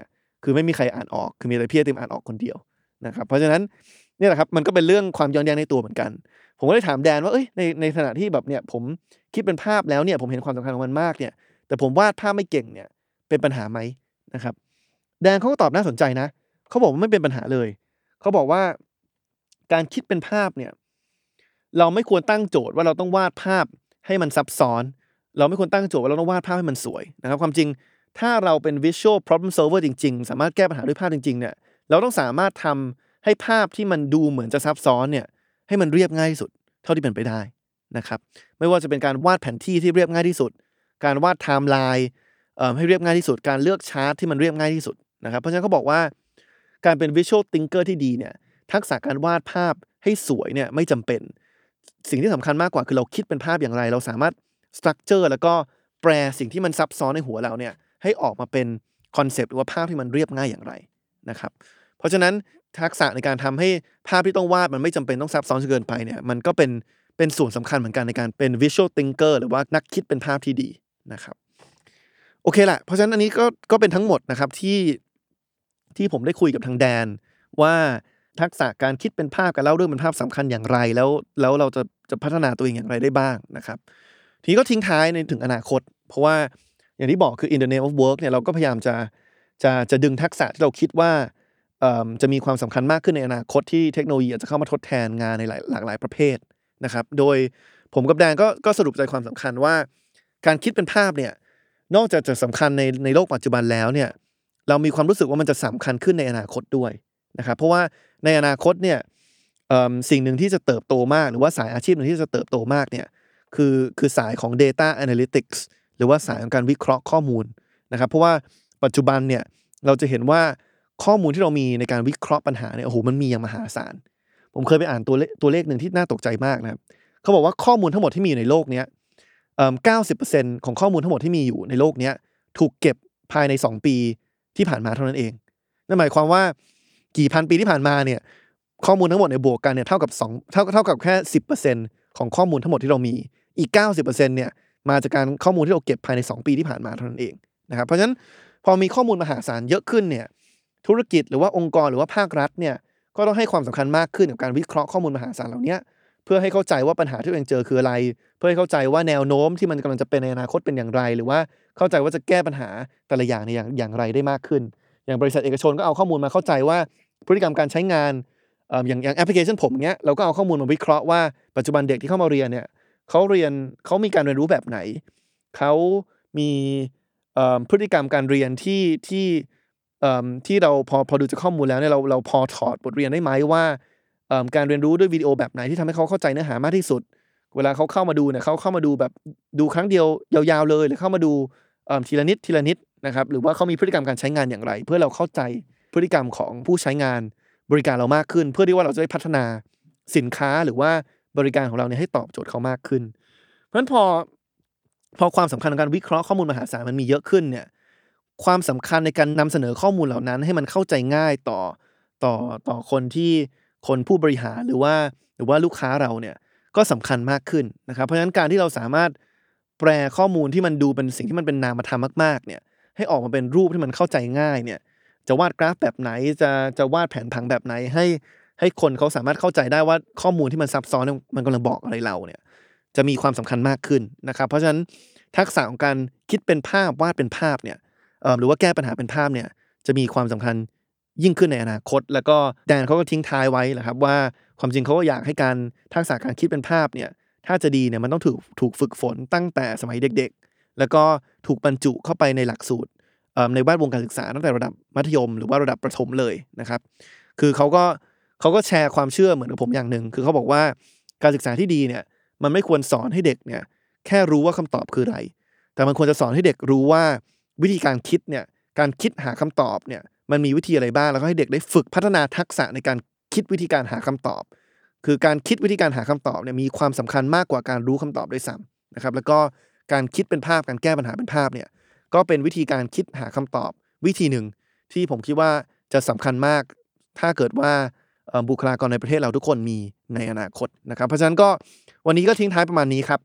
คือไม่มีใครอ่านออกคือมีแต่พี่ไอติมอ่านออกคนเดียวนะครับเพราะฉะนั้นเนี่ยแหละครับมันก็เป็นเรื่องความย้อนแย้งในตัวเหมือนกันผมก็เลยถามแดนว่าเอ้ยในในขณะที่แบบเนี่ยผมคิดเป็นภาพแล้วเนี่ยผมเห็นความสำคัญของมันมากเนี่ยแต่ผมวาดภาพไม่เก่งเนี่ยเป็นปัญหาไหมนะครับแดนเขาก็ตอบน่าสนใจนะเขาบอกว่าไม่เป็นปัญหาเลยเขาบอกว่าการคิดเป็นภาพเนี่ยเราไม่ควรตั้งโจทย์ว่าเราต้องวาดภาพให้มันซับซ้อนเราไม่ควรตั้งโจทย์ว่าเราต้องวาดภาพให้มันสวยนะครับความจริงถ้าเราเป็น visual problem solver จริงๆสามารถแก้ปัญหาด้วยภาพจริงๆเนี่ยเราต้องสามารถทำให้ภาพที่มันดูเหมือนจะซับซ้อนเนี่ยให้มันเรียบง่ายที่สุดเท่าที่เป็นไปได้นะครับไม่ว่าจะเป็นการวาดแผนที่ที่เรียบง่ายที่สุดการวาดไทม์ไลน์เอ่อให้เรียบง่ายที่สุดการเลือกชาร์ตที่มันเรียบง่ายที่สุดนะครับเพราะฉะนั้นเขาบอกว่าการเป็น visual thinker ที่ดีเนี่ยทักษะการวาดภาพให้สวยเนี่ยไม่จำเป็นสิ่งที่สำคัญมากกว่าคือเราคิดเป็นภาพอย่างไรเราสามารถ structure แล้วก็แปลสิ่งที่มันซับซ้อนในหัวเราเนี่ยให้ออกมาเป็นคอนเซปต์หรือว่าภาพที่มันเรียบง่ายอย่างไรนะครับเพราะฉะนั้นทักษะในการทำให้ภาพที่ต้องวาดมันไม่จำเป็นต้องซับซ้อนจนเกินไปเนี่ยมันก็เป็นเป็นส่วนสำคัญเหมือนกันในการเป็น visual thinker หรือว่านักคิดเป็นภาพที่ดีนะครับโอเคแหละเพราะฉะนั้นอันนี้ก็ก็เป็นทั้งหมดนะครับที่ที่ผมได้คุยกับทางแดนว่าทักษะการคิดเป็นภาพการเล่าเรื่องเป็นภาพสำคัญอย่างไรแล้วแล้วเราจะจะพัฒนาตัวเองอย่างไรได้บ้างนะครับทีนี้ก็ทิ้งท้ายในถึงอนาคตเพราะว่าอย่างที่บอกคือ in the name of work เนี่ยเราก็พยายามจะจะจะดึงทักษะที่เราคิดว่าจะมีความสำคัญมากขึ้นในอนาคตที่เทคโนโลยีอาจจะเข้ามาทดแทนงานในหลายหลากหลายประเภทนะครับโดยผมกับแดนก็ก็สรุปใจความสำคัญว่าการคิดเป็นภาพเนี่ยนอกจากจะสำคัญในในโลกปัจจุบันแล้วเนี่ยเรามีความรู้สึกว่ามันจะสำคัญขึ้นในอนาคตด้วยนะครับเพราะว่าในอนาคตเนี่ยสิ่งหนึ่งที่จะเติบโตมากหรือว่าสายอาชีพหนึ่งที่จะเติบโตมากเนี่ยคือคือสายของ data analytics หรือว่าสายของการวิเคราะห์ข้อมูลนะครับเพราะว่าปัจจุบันเนี่ยเราจะเห็นว่าข้อมูลที่เรามีในการวิเคราะห์ปัญหาเนี่ยโอ้โหมันมีอย่างมหาศาลผมเคยไปอ่านตัวเลขตัวเลขหนึ่งที่น่าตกใจมากนะครับเขาบอกว่าข้อมูลทั้งหมดที่มีอยู่ในโลกนี้เอ่อ เก้าสิบเปอร์เซ็นต์ ของข้อมูลทั้งหมดที่มีอยู่ในโลกนี้ถูกเก็บภายในสองปีที่ผ่านมาเท่านั้นเองนั่นหมายความว่ากี่พันปีที่ผ่านมาเนี่ยข้อมูลทั้งหมดในบวกกันเนี่ยเท่ากับสองเท่าเท่ากับแค่ สิบเปอร์เซ็นต์ ของข้อมูลทั้งหมดที่เรามีอีก เก้าสิบเปอร์เซ็นต์ เนี่ยมาจากการข้อมูลที่เราเก็บภายในสองปีที่ผ่านมาเท่านั้นเองนะครับเพราะฉะนั้นพอมีข้อมูลมหาศาลเยอะขึ้นเนี่ยธุรกิจหรือว่าองค์กรหรือว่าภาครัฐเนี่ยก็ต้องให้ความสำคัญมากขึ้นกับการวิเคราะห์ข้อมูลมหาศาลเหล่านี้เพื่อให้เข้าใจว่าปัญหาที่ตัวเองเจอคืออะไรเพื่อให้เข้าใจว่าแนวโน้มที่มันกำลังจะเป็นในอนาคตเป็นอย่างไรหรือว่าเข้าใจว่าจะแก้ปัญหาแต่ละอย่างในอย่างอย่างไรได้มากขึ้นอย่างบริษัทเอกชนก็เอาข้อมูลมาเข้าใจว่าพฤติกรรมการใช้งานเอ่ออย่างอย่างแอปพลิเคชันผมเงี้ยเราก็เอาข้อมูลมาวิเคราะห์ว่าปัจจุบันเด็กที่เข้ามาเรียนเนี่ยเขาเรียนเขามีการเรียนรู้แบบไหนเขามีเอ่อพฤติกรรมการเรียนที่ที่เอ่อที่เราพอพอดูจากข้อมูลแล้วเนี่ยเราเราพอถอดบทเรียนได้ไหมว่าเอ่อการเรียนรู้ด้วยวิดีโอแบบไหนที่ทำให้เขาเข้าใจเนื้อหามากที่สุดเวลาเขาเข้ามาดูเนี่ยเขาเข้ามาดูแบบดูครั้งเดียวยาวๆเลยหรือเข้ามาดูเอ่อทีละนิดทีละนิดนะครับหรือว่าเขามีพฤติกรรมการใช้งานอย่างไรเพื่อเราเข้าใจพฤติกรรมของผู้ใช้งานบริการเรามากขึ้นเพื่อที่ว่าเราจะได้พัฒนาสินค้าหรือว่าบริการของเราเนี่ยให้ตอบโจทย์เขามากขึ้นเพราะฉะนั้นพอพอความสำคัญของการวิเคราะห์ข้อมูลมหาศาลมันมีเยอะขึ้นเนี่ยความสำคัญในการนำเสนอข้อมูลเหล่านั้นให้มันเข้าใจง่ายต่อต่อต่อคนที่คนผู้บริหารหรือว่าหรือว่าลูกค้าเราเนี่ยก็สำคัญมากขึ้นนะครับเพราะฉะนั้นการที่เราสามารถแปลข้อมูลที่มันดูเป็นสิ่งที่มันเป็นนามธรรมมากๆเนี่ยให้ออกมาเป็นรูปที่มันเข้าใจง่ายเนี่ยจะวาดกราฟแบบไหนจะจะวาดแผนผังแบบไหนให้ให้คนเขาสามารถเข้าใจได้ว่าข้อมูลที่มันซับซ้อนมันกำลังบอกอะไรเราเนี่ยจะมีความสำคัญมากขึ้นนะครับเพราะฉะนั้นทักษะของการคิดเป็นภาพวาดเป็นภาพเนี่ยเอ่อหรือว่าแก้ปัญหาเป็นภาพเนี่ยจะมีความสำคัญยิ่งขึ้นในอนาคตแล้วก็แดนเขาก็ทิ้งท้ายไว้แหละครับว่าความจริงเขาก็อยากให้การทักษะการคิดเป็นภาพเนี่ยถ้าจะดีเนี่ยมันต้องถูกถูกฝึกฝนตั้งแต่สมัยเด็กๆแล้วก็ถูกบรรจุเข้าไปในหลักสูตรในแวดวงการศึกษาตั้งแต่ระดับมัธยมหรือว่าระดับประถมเลยนะครับคือเขาก็เขาก็แชร์ความเชื่อเหมือนกับผมอย่างนึงคือเขาบอกว่าการศึกษาที่ดีเนี่ยมันไม่ควรสอนให้เด็กเนี่ยแค่รู้ว่าคำตอบคืออะไรแต่มันควรจะสอนให้เด็กรู้ว่าวิธีการคิดเนี่ยการคิดหาคำตอบเนี่ยมันมีวิธีอะไรบ้างแล้วก็ให้เด็กได้ฝึกพัฒนาทักษะในการคิดวิธีการหาคำตอบคือการคิดวิธีการหาคำตอบเนี่ยมีความสำคัญมากกว่าการรู้คำตอบด้วยซ้ำนะครับแล้วก็การคิดเป็นภาพการแก้ปัญหาเป็นภาพเนี่ยก็เป็นวิธีการคิดหาคำตอบวิธีหนึ่งที่ผมคิดว่าจะสำคัญมากถ้าเกิดว่าบุคลากรในประเทศเราทุกคนมีในอนาคตนะครับเพราะฉะนั้นก็วันนี้ก็ทิ้งท้ายประมาณนี้ครับ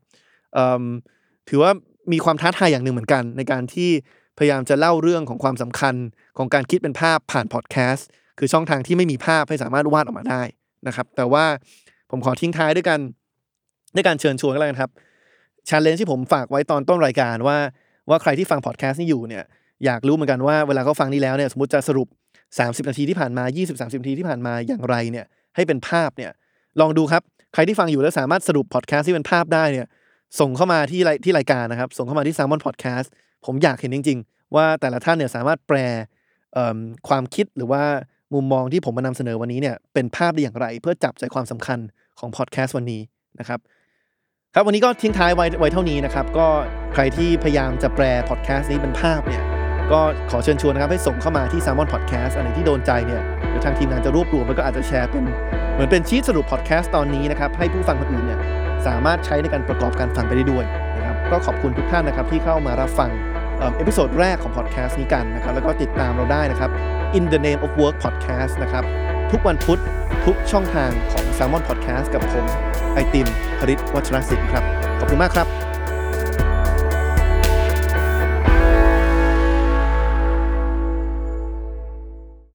ถือว่ามีความท้าทายอย่างหนึ่งเหมือนกันในการที่พยายามจะเล่าเรื่องของความสำคัญของการคิดเป็นภาพผ่านพอดแคสต์คือช่องทางที่ไม่มีภาพให้สามารถวาดออกมาได้นะครับแต่ว่าผมขอทิ้งท้ายด้วยกันด้วยการเชิญชวนกันแล้วกันครับchallenge ที่ผมฝากไว้ตอนต้นรายการว่าว่าใครที่ฟังพอดแคสต์นี้อยู่เนี่ยอยากรู้เหมือนกันว่าเวลาเขาฟังนี้แล้วเนี่ยสมมุติจะสรุปสามสิบนาทีที่ผ่านมา ยี่สิบถึงสามสิบ นาทีที่ผ่านมาอย่างไรเนี่ยให้เป็นภาพเนี่ยลองดูครับใครที่ฟังอยู่แล้วสามารถสรุปพอดแคสต์ที่เป็นภาพได้เนี่ยส่งเข้ามาที่ที่รายการนะครับส่งเข้ามาที่ Salmon Podcast ผมอยากเห็นจริงๆว่าแต่ละท่านเนี่ยสามารถแปลความคิดหรือว่ามุมมองที่ผมมานำเสนอวันนี้เนี่ยเป็นภาพได้อย่างไรเพื่อจับใจความสำคัญของพอดแคสต์วันนี้นะครับครับวันนี้ก็ทิ้งท้ายไว้ไว้เท่านี้นะครับก็ใครที่พยายามจะแปลพอดแคสต์นี้เป็นภาพเนี่ยก็ขอเชิญชวนนะครับให้ส่งเข้ามาที่ Salmon Podcast อันไหนที่โดนใจเนี่ยเดี๋ยวทางทีมงานจะรวบรวมแล้วก็อาจจะแชร์เป็นเหมือนเป็นชีทสรุปพอดแคสต์ตอนนี้นะครับให้ผู้ฟังคนอื่นเนี่ยสามารถใช้ในการประกอบการฟังไปได้ด้วยนะครับก็ขอบคุณทุกท่านนะครับที่เข้ามารับฟังเอพิโซดแรกของพอดแคสต์นี้กันนะครับแล้วก็ติดตามเราได้นะครับ In the Name of Work Podcast นะครับทุกวันพุธทุกช่องทางของ Salmon Podcast กับผมไอติม พฤทธิ์ วัชรศิลป์ครับขอบคุณมากครับ